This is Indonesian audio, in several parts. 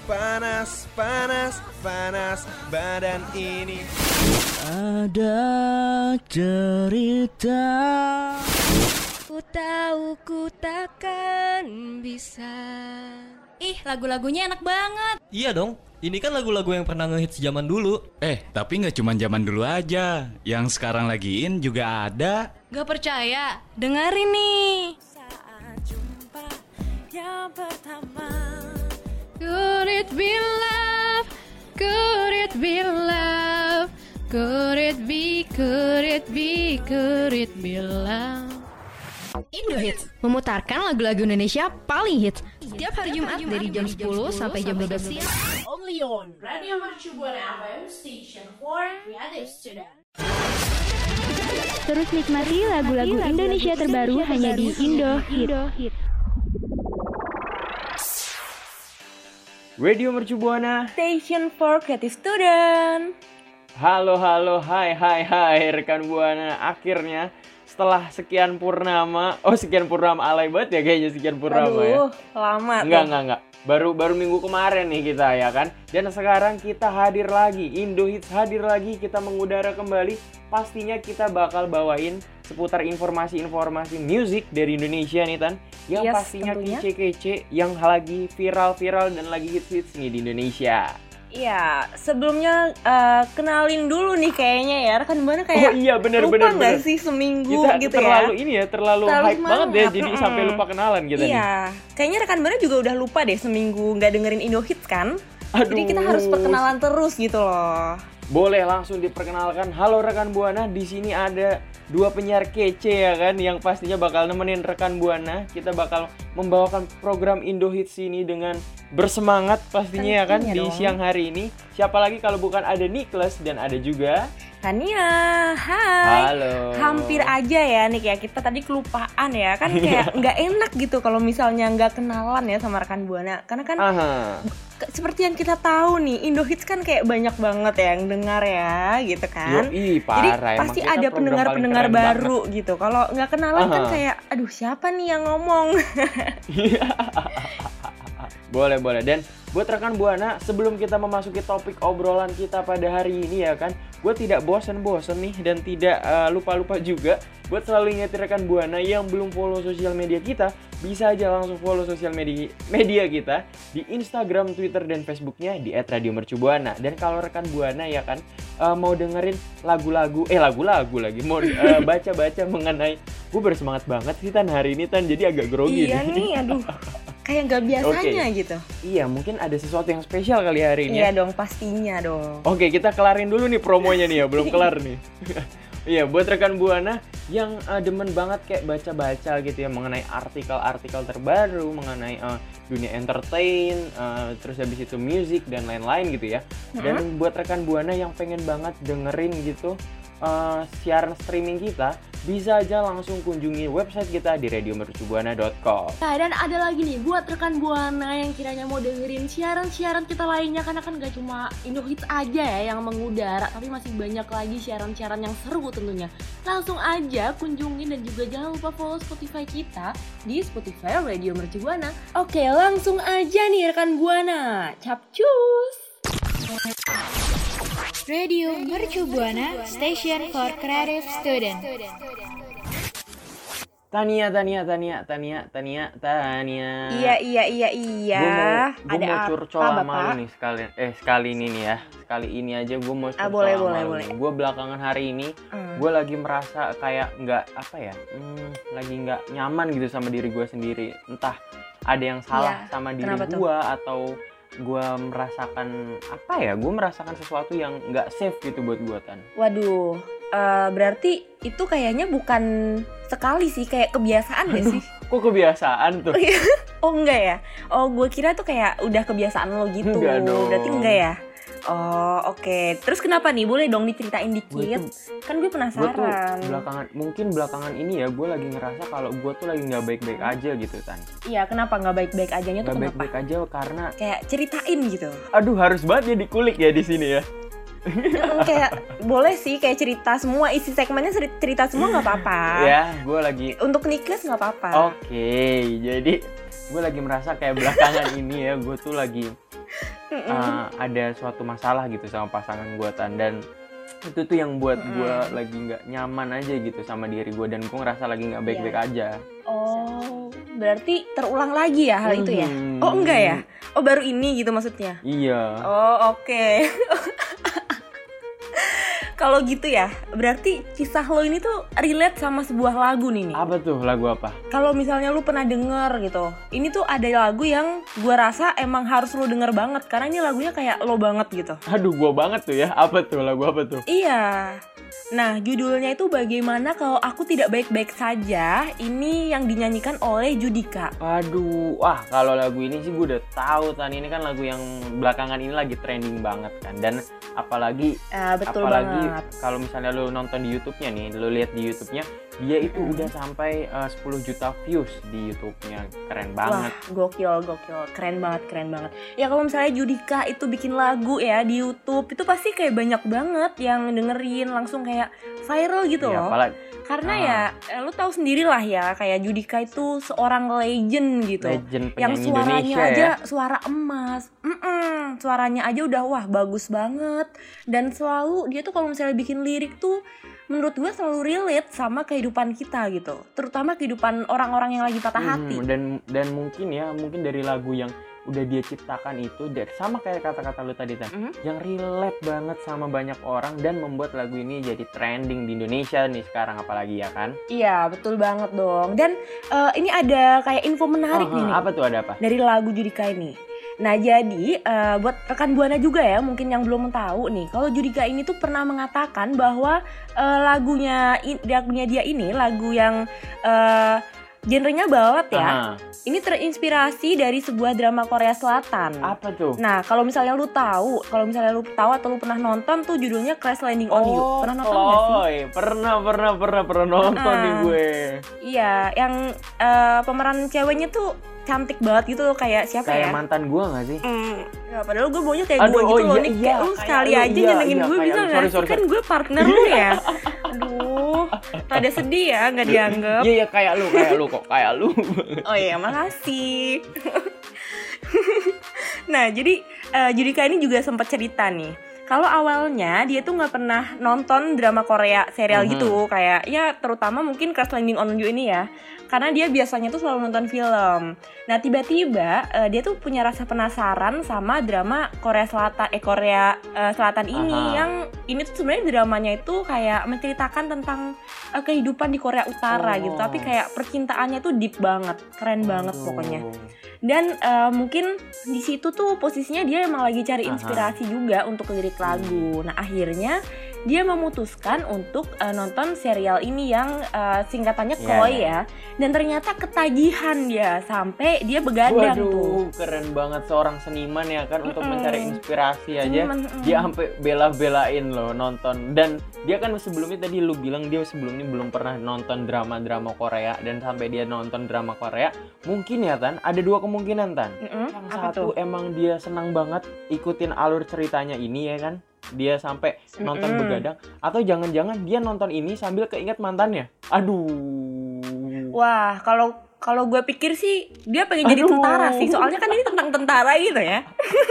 panas, panas, panas badan ini. Ada cerita. Ku tahu ku takkan bisa. Ih, lagu-lagunya enak banget. Iya dong, ini kan lagu-lagu yang pernah ngehits zaman dulu. Tapi gak cuma zaman dulu aja. Yang sekarang lagi in juga ada. Gak percaya? Dengerin nih. Saat jumpa yang pertama, Could it be love? Could it be love? Could it be, could it be, could it be love? Indohits memutarkan lagu-lagu Indonesia paling hits setiap hari Jumat dari jam 10 sampai jam 12 siang. only on Radio Mercu Buana FM Station for Creative Student. Terus nikmati lagu-lagu Indonesia terbaru hanya di Indohits. Radio Mercu Buana. Station for Creative Student. Halo, hai rekan Buana. Akhirnya setelah sekian purnama, sekian purnama alay banget ya kayaknya sekian purnama. Aduh, ya. lama Enggak. Baru minggu kemarin nih kita ya kan. Dan sekarang kita hadir lagi, Indohits hadir lagi, kita mengudara kembali. Pastinya kita bakal bawain seputar informasi-informasi musik dari Indonesia nih Tan. Yang pastinya tentunya kece-kece, yang lagi viral-viral dan lagi hits-hits nih di Indonesia. Iya, sebelumnya kenalin dulu nih kayaknya ya rekan Buana kayak bener. lupa nggak sih seminggu kita gitu terlalu ya? terlalu hype banget deh, jadi sampai lupa kenalan kita nih. Iya, kayaknya rekan Buana juga udah lupa deh seminggu nggak dengerin Indohits kan? Aduh. Jadi kita harus perkenalan terus gitu loh. Boleh langsung diperkenalkan. Halo rekan Buana, di sini ada dua penyiar kece ya kan, yang pastinya bakal nemenin rekan Buana. Kita bakal membawakan program Indohits ini dengan bersemangat pastinya ya kan di siang hari ini. Siapa lagi kalau bukan ada Nicholas dan ada juga Tania. Hai. Halo. Hampir aja ya nih ya, kita tadi kelupaan ya kan, kayak nggak enak gitu kalau misalnya nggak kenalan ya sama rekan Buana. Karena kan seperti yang kita tahu nih, Indohits kan kayak banyak banget ya yang dengar ya gitu kan. Yoi, parah. Jadi pasti ada pendengar-pendengar baru banget gitu. Kalau nggak kenalan kan kayak aduh siapa nih yang ngomong. Boleh. Dan buat rekan Buana, sebelum kita memasuki topik obrolan kita pada hari ini ya kan, gue tidak bosen-bosen nih dan tidak lupa-lupa juga buat selalu ingetin rekan Buana yang belum follow sosial media kita, bisa aja langsung follow sosial media kita di Instagram, Twitter, dan Facebooknya di @radiomercubuana. Dan kalau rekan Buana ya kan mau dengerin lagu-lagu lagi, mau baca-baca mengenai, gue bersemangat banget sih Tan hari ini Tan, jadi agak grogi nih. Aduh. Kayak gak biasanya gitu. Iya, mungkin ada sesuatu yang spesial kali hari ini. Iya dong, pastinya dong. Oke, kita kelarin dulu nih promonya nih ya, belum kelar nih. Iya, buat rekan Buana yang demen banget kayak baca-baca gitu ya mengenai artikel-artikel terbaru, mengenai dunia entertain, terus habis itu musik dan lain-lain gitu ya. Dan buat rekan Buana yang pengen banget dengerin gitu siaran streaming kita, bisa aja langsung kunjungi website kita di radiomercubuana.com. Nah, dan ada lagi nih buat rekan Buana yang kiranya mau dengerin siaran-siaran kita lainnya, karena kan gak cuma Indohits aja ya yang mengudara, tapi masih banyak lagi siaran-siaran yang seru tentunya. Langsung aja kunjungin dan juga jangan lupa follow Spotify kita di Spotify Radio Mercu Buana. Oke, langsung aja nih rekan Buana. Capcus. Radio Mercu Buana, Station for Creative Student. Tania. Gue mau curcol sama lu nih sekali ini nih ya. Sekali ini aja gue mau curcol sama lu. Gue belakangan hari ini gue lagi merasa kayak lagi nggak nyaman gitu sama diri gue sendiri. Entah ada yang salah sama diri gue atau gue merasakan gue merasakan sesuatu yang nggak safe gitu buat gue Tan. Waduh, berarti itu kayaknya bukan sekali sih, kayak kebiasaan deh sih. Kok kebiasaan tuh? Oh enggak ya? Oh gue kira tuh kayak udah kebiasaan lo gitu. Enggak dong. Berarti enggak ya? Oh oke. Terus kenapa nih? Boleh dong diceritain dikit. Kan gue penasaran. Gue tuh belakangan ini ya, gue lagi ngerasa kalau gue tuh lagi nggak baik-baik aja gitu Tan. Iya, kenapa nggak baik-baik ajanya tuh? Nggak kenapa? baik-baik aja karena kayak ceritain gitu. Aduh, harus banget ya dikulik ya di sini ya. Kayak boleh sih kayak cerita semua, isi segmennya cerita semua nggak apa-apa. Ya, gue lagi. Untuk Nicholas nggak apa-apa. Oke, jadi gue lagi merasa kayak belakangan ini ya, gue tuh lagi ada suatu masalah gitu sama pasangan gue Tan, dan itu tuh yang buat gue lagi nggak nyaman aja gitu sama diri gue, dan gue ngerasa lagi nggak baik-baik aja. Oh, berarti terulang lagi ya hal itu ya? Oh enggak ya? Oh baru ini gitu maksudnya? Iya. Oh oke. Kalau gitu ya, berarti kisah lo ini tuh relate sama sebuah lagu nih. Apa tuh? Lagu apa? Kalau misalnya lu pernah denger gitu, ini tuh ada lagu yang gua rasa emang harus lu denger banget, karena ini lagunya kayak lo banget gitu. Aduh, gua banget tuh ya. Apa tuh? Lagu apa tuh? Iya. Nah, judulnya itu Bagaimana Kalau Aku Tidak Baik-Baik Saja. Ini yang dinyanyikan oleh Judika. Aduh, kalau lagu ini sih gue udah tahu Tan. Ini kan lagu yang belakangan ini lagi trending banget kan. Dan apalagi kalau misalnya lu nonton di YouTube-nya nih, lu lihat di YouTube-nya, dia itu udah sampai 10 juta views di YouTube-nya. Keren banget. Wah, gokil. Keren banget. Ya kalau misalnya Judika itu bikin lagu ya di YouTube, itu pasti kayak banyak banget yang dengerin, langsung kayak viral gitu loh. Karena ya lu tahu sendiri lah ya, kayak Judika itu seorang legend gitu. Yang suaranya Indonesia, aja ya? suara emas. Suaranya aja udah bagus banget. Dan selalu dia tuh kalau misalnya bikin lirik tuh menurut gue selalu relate sama kehidupan kita gitu, terutama kehidupan orang-orang yang lagi patah hati. Dan mungkin dari lagu yang udah dia ciptakan itu, sama kayak kata-kata lu tadi Tan, yang relate banget sama banyak orang dan membuat lagu ini jadi trending di Indonesia nih sekarang apalagi ya kan? Iya betul banget dong. Dan ini ada kayak info menarik nih. Apa tuh, ada apa? Dari lagu Judika ini. Nah jadi buat rekan Buana juga ya mungkin yang belum tahu nih, kalau Judika ini tuh pernah mengatakan bahwa lagunya dia ini lagu yang genrenya ballad ya. Ini terinspirasi dari sebuah drama Korea Selatan. Apa tuh? Nah kalau misalnya lu tahu atau lu pernah nonton tuh judulnya Crash Landing on You. Pernah nonton nggak sih? Pernah nonton nih gue. Iya, yang pemeran ceweknya tuh cantik banget gitu loh, kayak siapa kayak ya? Mantan gue gak sih? Ya, padahal gue maunya kayak gue gitu loh nih. Kayak lu sekali aja nyenengin gue bisa gak sih? Kan gue partner lu ya. Aduh, rada sedih ya gak dianggap. Iya kayak lu kok. Oh iya, makasih. Nah jadi Judika ini juga sempat cerita nih, kalau awalnya dia tuh nggak pernah nonton drama Korea serial gitu, kayak ya terutama mungkin Crash Landing on You ini ya, karena dia biasanya tuh selalu nonton film. Nah tiba-tiba dia tuh punya rasa penasaran sama drama Korea Selatan ini, yang ini tuh sebenarnya dramanya itu kayak menceritakan tentang kehidupan di Korea Utara gitu, tapi kayak percintaannya tuh deep banget, keren banget pokoknya. Dan mungkin di situ tuh posisinya dia emang lagi cari inspirasi juga untuk lirik lagu. Nah akhirnya dia memutuskan untuk nonton serial ini yang singkatannya Chloe ya. Dan ternyata ketagihan dia sampai dia begadang. Waduh, keren banget seorang seniman ya kan, untuk mencari inspirasi aja. Dia sampai bela-belain loh nonton. Dan dia kan sebelumnya tadi lu bilang dia sebelumnya belum pernah nonton drama-drama Korea, dan sampai dia nonton drama Korea, mungkin ya Tan, ada dua kemungkinan Tan. Yang satu emang dia senang banget ikutin alur ceritanya ini ya kan, dia sampai nonton begadang, atau jangan-jangan dia nonton ini sambil keinget mantannya. Aduh. Wah, kalau gue pikir sih dia pengen jadi tentara sih, soalnya kan ini tentang tentara gitu ya.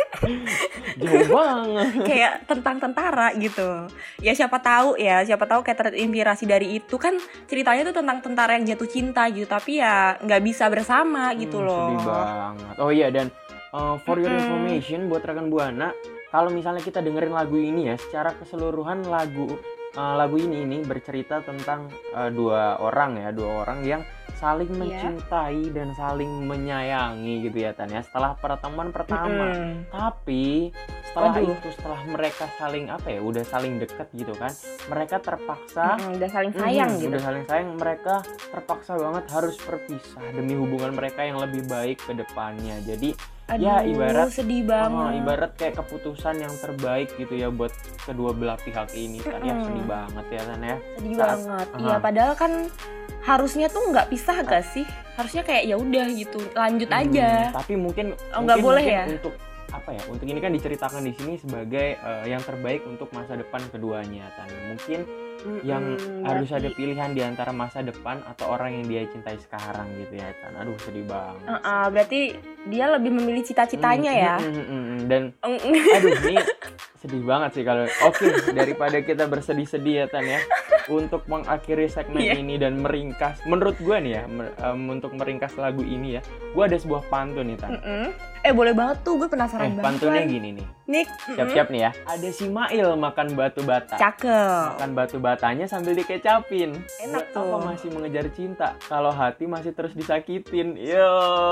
Jauh banget. Kayak tentang tentara gitu. Ya siapa tahu kayak terinspirasi dari itu, kan ceritanya tuh tentang tentara yang jatuh cinta gitu, tapi ya nggak bisa bersama gitu loh. Sedih banget. Oh iya, dan for your information buat rekan Buana, kalau misalnya kita dengerin lagu ini ya, secara keseluruhan lagu ini bercerita tentang dua orang yang saling mencintai dan saling menyayangi gitu ya Tan ya, setelah pertemuan pertama. Tapi setelah mereka saling udah saling deket gitu kan, mereka terpaksa udah saling sayang gitu. Udah saling sayang, mereka terpaksa banget harus berpisah demi hubungan mereka yang lebih baik ke depannya. Jadi ya sedih banget. Ibarat kayak keputusan yang terbaik gitu ya buat kedua belah pihak ini kan. Ya sedih banget ya Tan ya. Sedih banget. Iya, padahal kan harusnya tuh nggak pisah gak sih? Harusnya kayak ya udah gitu, lanjut aja. Tapi mungkin nggak boleh ya. Untuk untuk ini kan diceritakan di sini sebagai yang terbaik untuk masa depan keduanya Tan. Mungkin yang harus ada pilihan di antara masa depan atau orang yang dia cintai sekarang gitu ya Tan. Aduh sedih banget. Berarti dia lebih memilih cita-citanya ya. Dan aduh ini sedih banget sih kalau daripada kita bersedih-sedih ya Tan ya, untuk mengakhiri segmen ini dan meringkas, menurut gue nih ya, untuk meringkas lagu ini ya, gue ada sebuah pantun nih Tan. Boleh banget tuh, gue penasaran banget. Pantunnya gini nih. Nik, siap-siap nih ya. Ada si Mail makan batu bata. Cakep. Makan batu batanya sambil dikecapin. Enak tuh. Apa masih mengejar cinta kalau hati masih terus disakitin? Yo.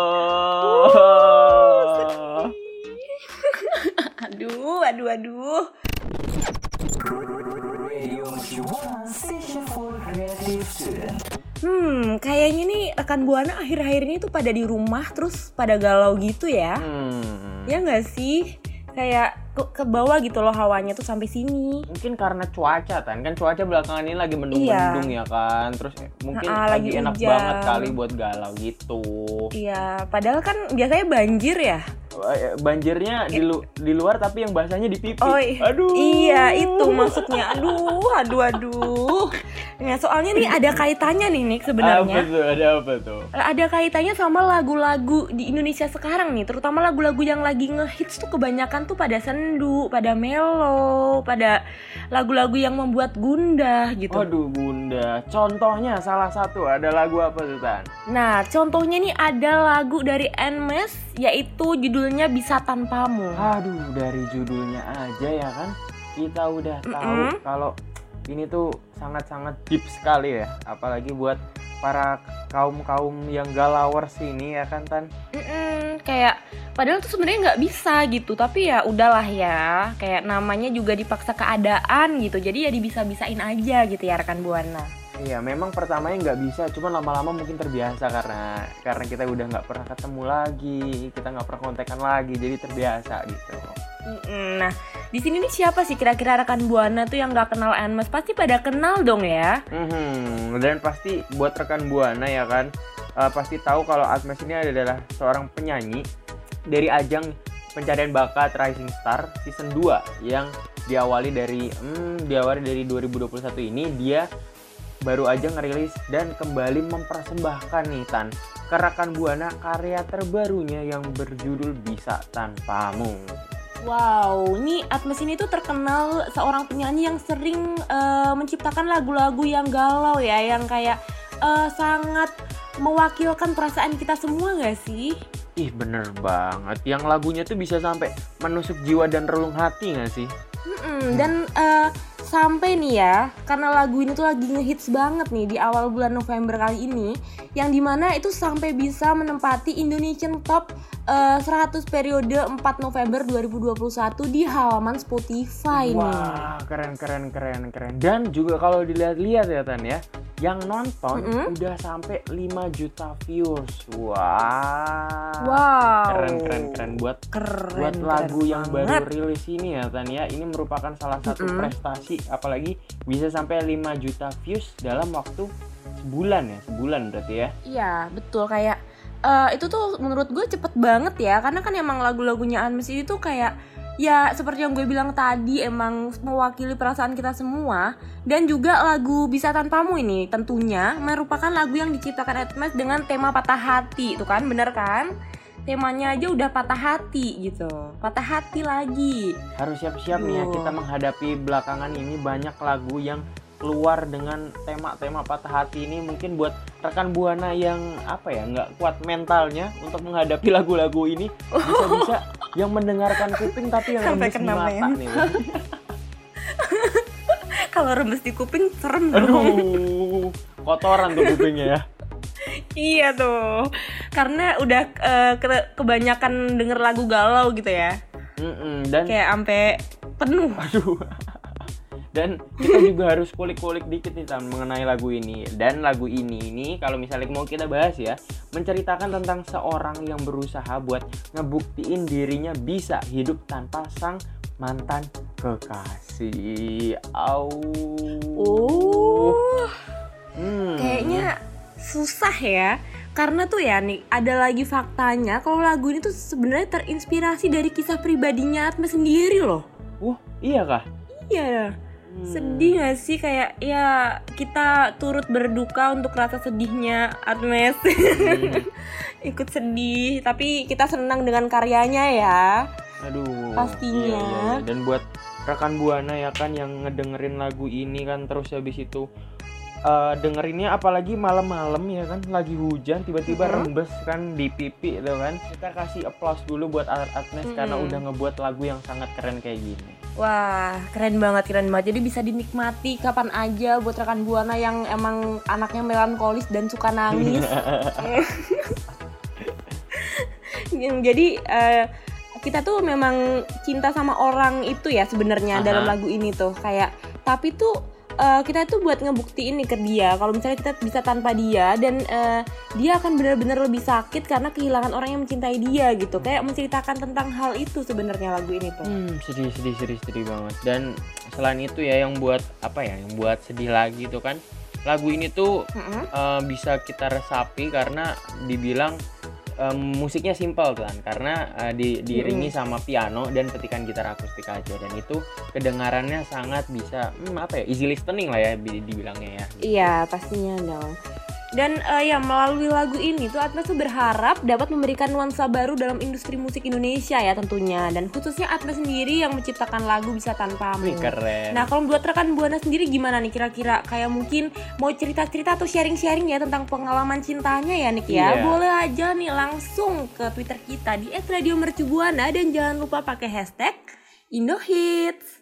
Aduh. Kayaknya nih rekan Buana akhir-akhir ini tuh pada di rumah terus pada galau gitu ya. Ya nggak sih? Kayak ke bawah gitu loh hawanya tuh sampai sini. Mungkin karena cuaca kan cuaca belakangan ini lagi mendung-mendung ya kan. Terus mungkin lagi enak hujan banget kali buat galau gitu. Iya, padahal kan biasanya banjir ya. Banjirnya di luar tapi yang basahnya di pipi. Aduh. Iya, itu maksudnya. Aduh. Nah, soalnya nih ada kaitannya nih Nick sebenarnya. Ada apa tuh? Ada kaitannya sama lagu-lagu di Indonesia sekarang nih, terutama lagu-lagu yang lagi ngehits tuh kebanyakan tuh pada sendu, pada melo, pada lagu-lagu yang membuat gundah gitu. Aduh, gundah. Contohnya salah satu ada lagu apa tuh Tan? Nah, contohnya nih ada lagu dari Nmes yaitu judulnya Bisa Tanpamu. Aduh, dari judulnya aja ya kan kita udah tahu kalau ini tuh sangat-sangat deep sekali ya, apalagi buat para kaum yang galawers ini ya kan Tan. Kayak padahal tuh sebenarnya nggak bisa gitu, tapi ya udahlah ya, kayak namanya juga dipaksa keadaan gitu, jadi ya dibisa-bisain aja gitu ya rekan Buana. Iya, memang pertamanya nggak bisa, cuman lama-lama mungkin terbiasa karena kita udah nggak pernah ketemu lagi, kita nggak pernah kontekan lagi, jadi terbiasa gitu. Nah, di sini nih siapa sih kira-kira rekan Buana tuh yang nggak kenal Nmes? Pasti pada kenal dong ya. Dan pasti buat rekan Buana ya kan, pasti tahu kalau Nmes ini adalah seorang penyanyi dari ajang pencarian bakat Rising Star season 2 yang diawali dari 2021 ini. Dia baru aja ngerilis dan kembali mempersembahkan nih Tan ke rekan Buana karya terbarunya yang berjudul Bisa Tanpamu. Wow, ini Nmes ini tuh terkenal seorang penyanyi yang sering menciptakan lagu-lagu yang galau ya, yang kayak sangat mewakilkan perasaan kita semua gak sih? Ih bener banget, yang lagunya tuh bisa sampai menusuk jiwa dan relung hati gak sih? Dan sampai nih ya, karena lagu ini tuh lagi ngehits banget nih di awal bulan November kali ini, yang dimana itu sampai bisa menempati Indonesian Top 100 periode 4 November 2021 di halaman Spotify nih. Wah, keren. Dan juga kalau dilihat-lihat ya Tan ya, yang nonton udah sampai 5 juta views. Wow. Keren buat lagu yang baru rilis ini ya Tan ya. Ini merupakan salah satu prestasi, apalagi bisa sampai 5 juta views dalam waktu sebulan berarti ya. Iya, betul, kayak itu tuh menurut gue cepet banget ya, karena kan emang lagu-lagunya Nmes ini tuh kayak ya seperti yang gue bilang tadi, emang mewakili perasaan kita semua. Dan juga lagu Bisa Tanpamu ini tentunya merupakan lagu yang diciptakan Nmes dengan tema patah hati, itu kan bener kan? Temanya aja udah patah hati gitu, patah hati lagi. Harus siap-siap nih ya, kita menghadapi belakangan ini banyak lagu yang keluar dengan tema-tema patah hati ini. Mungkin buat rekan Buana yang nggak kuat mentalnya untuk menghadapi lagu-lagu ini, bisa-bisa yang mendengarkan kuping tapi yang remes di mata nih. Kalau remes di kuping serem dong. Kotoran tuh kupingnya ya. Iya tuh, karena udah kebanyakan denger lagu galau gitu ya. Dan kayak sampai penuh. Aduh. Dan kita juga harus kulik-kulik dikit nih Tan mengenai lagu ini. Dan lagu ini kalau misalnya mau kita bahas ya, menceritakan tentang seorang yang berusaha buat ngebuktiin dirinya bisa hidup tanpa sang mantan kekasih. Kayaknya susah ya. Karena tuh ya nih, ada lagi faktanya kalau lagu ini tuh sebenarnya terinspirasi dari kisah pribadinya Nmes sendiri loh. Iya kah? Iya. Sedih gak sih, kayak ya kita turut berduka untuk rasa sedihnya Agnes. Ikut sedih, tapi kita senang dengan karyanya ya. Aduh. Pastinya. Iya. Dan buat rekan Buana ya kan yang ngedengerin lagu ini kan, terus habis itu dengerinnya apalagi malam-malam ya kan, lagi hujan tiba-tiba rembes kan di pipi gitu kan. Kita kasih applause dulu buat Agnes karena udah ngebuat lagu yang sangat keren kayak gini. Wah, keren banget. Jadi bisa dinikmati kapan aja buat rekan Buana yang emang anaknya melankolis dan suka nangis. Jadi kita tuh memang cinta sama orang itu ya sebenarnya dalam lagu ini tuh, kayak tapi tuh kita tuh buat ngebuktiin nih ke dia kalau misalnya kita bisa tanpa dia, dan dia akan benar-benar lebih sakit karena kehilangan orang yang mencintai dia gitu. Kayak menceritakan tentang hal itu sebenarnya lagu ini tuh. Sedih banget. Dan selain itu ya yang buat yang buat sedih lagi tuh kan, lagu ini tuh bisa kita resapi karena dibilang musiknya simple kan, karena diiringi sama piano dan petikan gitar akustik aja, dan itu kedengarannya sangat bisa easy listening lah ya dibilangnya ya. Iya, pastinya dong. Dan ya melalui lagu ini tuh Agnes tuh berharap dapat memberikan nuansa baru dalam industri musik Indonesia ya tentunya, dan khususnya Agnes sendiri yang menciptakan lagu Bisa Tanpamu. Keren. Nah, kalau buat rekan Buana sendiri gimana nih kira-kira, kayak mungkin mau cerita-cerita atau sharing-sharing ya tentang pengalaman cintanya ya Nik ya? Boleh aja nih langsung ke Twitter kita di @radiomercubuana, dan jangan lupa pakai hashtag Indohits.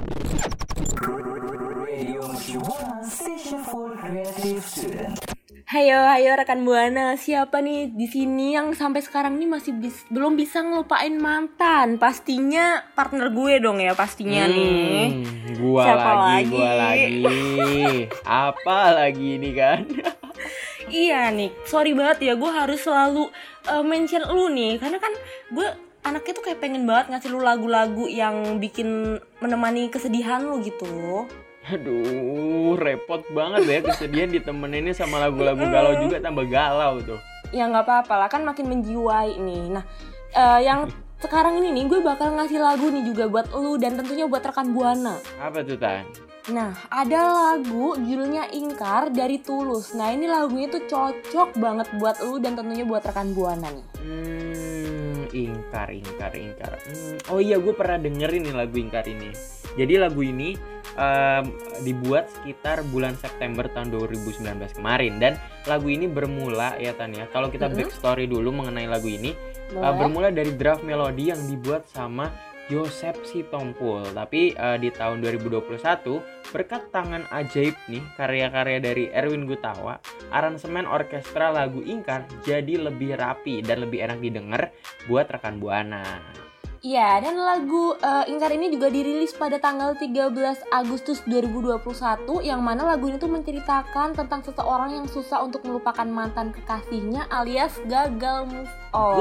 Hayo rekan Buana, siapa nih di sini yang sampai sekarang nih masih belum bisa ngelupain mantan? Pastinya partner gue dong ya, pastinya nih. Gua lagi. Apa lagi ini kan? Iya nih, sorry banget ya, gue harus selalu mention lu nih, karena kan gue anaknya tuh kayak pengen banget ngasih lu lagu-lagu yang bikin menemani kesedihan lu gitu. Aduh, repot banget ya kesedihan ditemeninnya sama lagu-lagu galau juga, tambah galau tuh. Ya nggak apa-apa lah, kan makin menjiwai nih. Nah, yang sekarang ini nih gue bakal ngasih lagu nih juga buat lu dan tentunya buat rekan Buana. Apa tuh Tan? Nah, ada lagu judulnya Ingkar dari Tulus. Nah, ini lagunya tuh cocok banget buat lu dan tentunya buat rekan Buana nih. Ingkar. Oh iya, gue pernah dengerin nih lagu Ingkar ini. Jadi lagu ini dibuat sekitar bulan September tahun 2019 kemarin, dan lagu ini bermula ya Tan ya. Kalau kita backstory dulu mengenai lagu ini, bermula dari draft melodi yang dibuat sama Yosep Sitompul. Tapi di tahun 2021 berkat tangan ajaib nih karya-karya dari Erwin Gutawa, aransemen orkestra lagu Ingkar jadi lebih rapi dan lebih enak didengar buat rekan Buana. Iya, dan lagu Ingkar ini juga dirilis pada tanggal 13 Agustus 2021, yang mana lagu ini tuh menceritakan tentang seseorang yang susah untuk melupakan mantan kekasihnya alias gagal move on.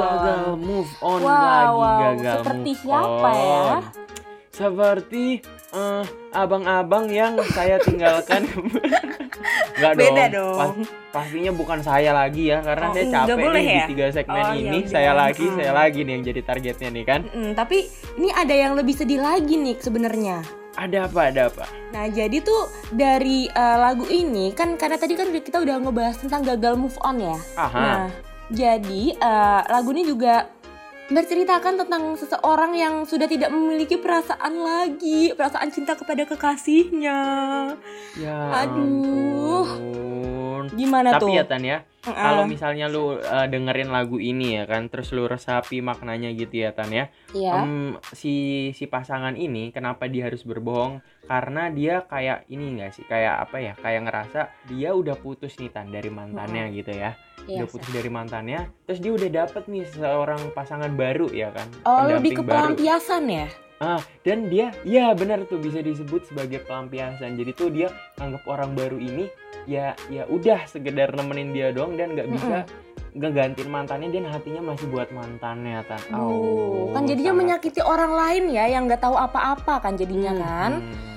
Gagal seperti move siapa on. Ya? Seperti abang-abang yang saya tinggalkan. Nggak Beda dong. dong. Pastinya bukan saya lagi ya, karena saya capek nih ya? di 3 segmen ini. Iya, Saya lagi nih yang jadi targetnya nih kan. Tapi ini ada yang lebih sedih lagi nih sebenarnya. Ada apa? Nah, jadi tuh dari lagu ini kan, karena tadi kan kita udah ngebahas tentang gagal move on ya. Nah, jadi lagu ini juga berceritakan tentang seseorang yang sudah tidak memiliki perasaan cinta kepada kekasihnya. Ya aduh. Ampun. Gimana tuh? Tapi ya Tan ya, kalau misalnya lu dengerin lagu ini ya kan, terus lu resapi maknanya gitu ya Tan ya. Si pasangan ini kenapa dia harus berbohong? Karena dia kayak ini enggak sih, kayak apa ya? Kayak ngerasa dia udah putus nih Tan dari mantannya gitu ya. Udah putus dari mantannya, terus dia udah dapet nih seorang pasangan baru ya kan. Lebih ke pelampiasan ya? Dan dia, ya benar tuh bisa disebut sebagai pelampiasan. Jadi tuh dia anggap orang baru ini ya udah sekedar nemenin dia doang, dan nggak bisa ngegantiin mantannya, dan hatinya masih buat mantannya Tan. Kan jadinya menyakiti orang lain ya yang nggak tahu apa-apa kan jadinya kan.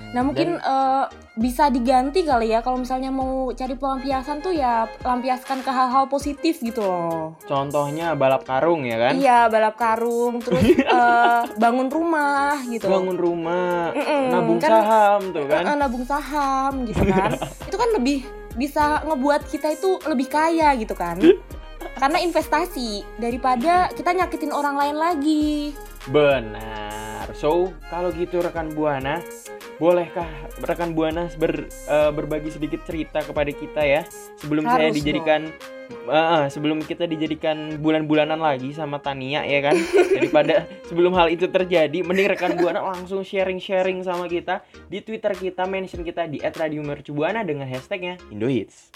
Nah mungkin bisa diganti kali ya, kalau misalnya mau cari pelampiasan tuh ya lampiaskan ke hal-hal positif gitu loh. Contohnya balap karung ya kan? Iya, balap karung, terus bangun rumah gitu. Bangun rumah, nabung saham tuh kan? Nabung saham gitu kan. Itu kan lebih bisa ngebuat kita itu lebih kaya gitu kan. Karena investasi daripada kita nyakitin orang lain lagi. Benar. So, kalau gitu rekan Buana, bolehkah rekan Buana berbagi sedikit cerita kepada kita ya? Sebelum saya dijadikan sebelum kita dijadikan bulan-bulanan lagi sama Tania ya kan? Daripada sebelum hal itu terjadi, mending rekan Buana langsung sharing-sharing sama kita di Twitter kita, mention kita di @radiomercubuana dengan hashtagnya Indohits.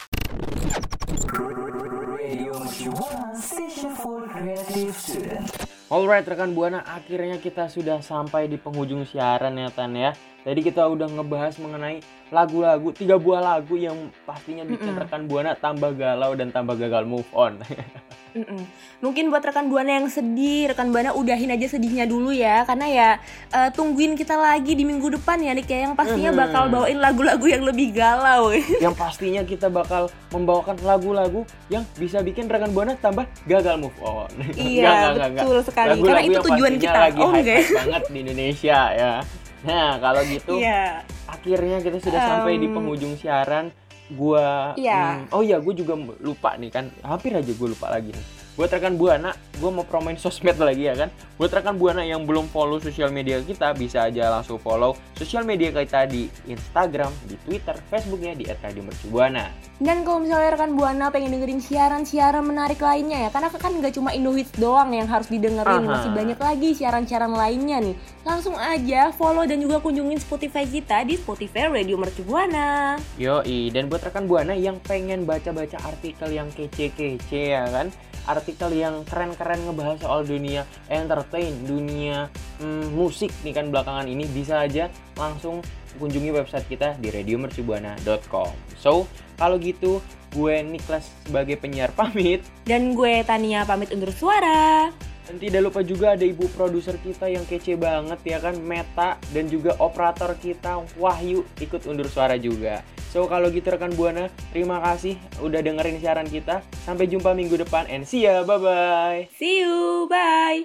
Alright rekan Buana, akhirnya kita sudah sampai di penghujung siaran ya Tan ya. Tadi kita udah ngebahas mengenai lagu-lagu, 3 buah lagu yang pastinya bikin rekan Buana tambah galau dan tambah gagal move on. Mungkin buat rekan Buana yang sedih, rekan Buana udahin aja sedihnya dulu ya. Karena ya tungguin kita lagi di minggu depan ya Nik ya, yang pastinya bakal bawain lagu-lagu yang lebih galau. Yang pastinya kita bakal membawakan lagu-lagu yang bisa bikin rekan Buana tambah gagal move on. Iya, betul sekali. Lagu-lagu karena itu tujuan kita. Lagi hype banget di Indonesia ya. Nah, kalau gitu akhirnya kita sudah sampai di penghujung siaran. Gua gue juga lupa nih kan, hampir aja gue lupa lagi nih. Buat rekan Buana, gue mau promoin sosmed lagi ya kan. Buat rekan Buana yang belum follow sosial media kita, bisa aja langsung follow sosial media kita di Instagram, di Twitter, Facebooknya di @radiomercubuana. Dan kalau misalnya rekan Buana pengen dengerin siaran-siaran menarik lainnya ya, karena kan nggak cuma Indohits doang yang harus didengerin, masih banyak lagi siaran-siaran lainnya nih. Langsung aja follow dan juga kunjungin Spotify kita di Spotify Radio Mercubuana. Yoi, dan buat rekan Buana yang pengen baca-baca artikel yang kece-kece ya kan, artikel yang keren-keren ngebahas soal dunia entertain, dunia musik nih kan belakangan ini, bisa aja langsung kunjungi website kita di radiomercubuana.com. So, kalau gitu gue Niklas sebagai penyiar pamit. Dan gue Tania pamit undur suara. Dan tidak lupa juga ada ibu produser kita yang kece banget ya kan, Meta, dan juga operator kita Wahyu ikut undur suara juga. So kalau gitu rekan Buana, terima kasih udah dengerin siaran kita. Sampai jumpa minggu depan and see ya, bye-bye. See you, bye.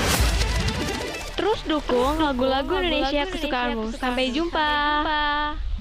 Terus dukung lagu-lagu Indonesia kesukaanmu. Sampai jumpa.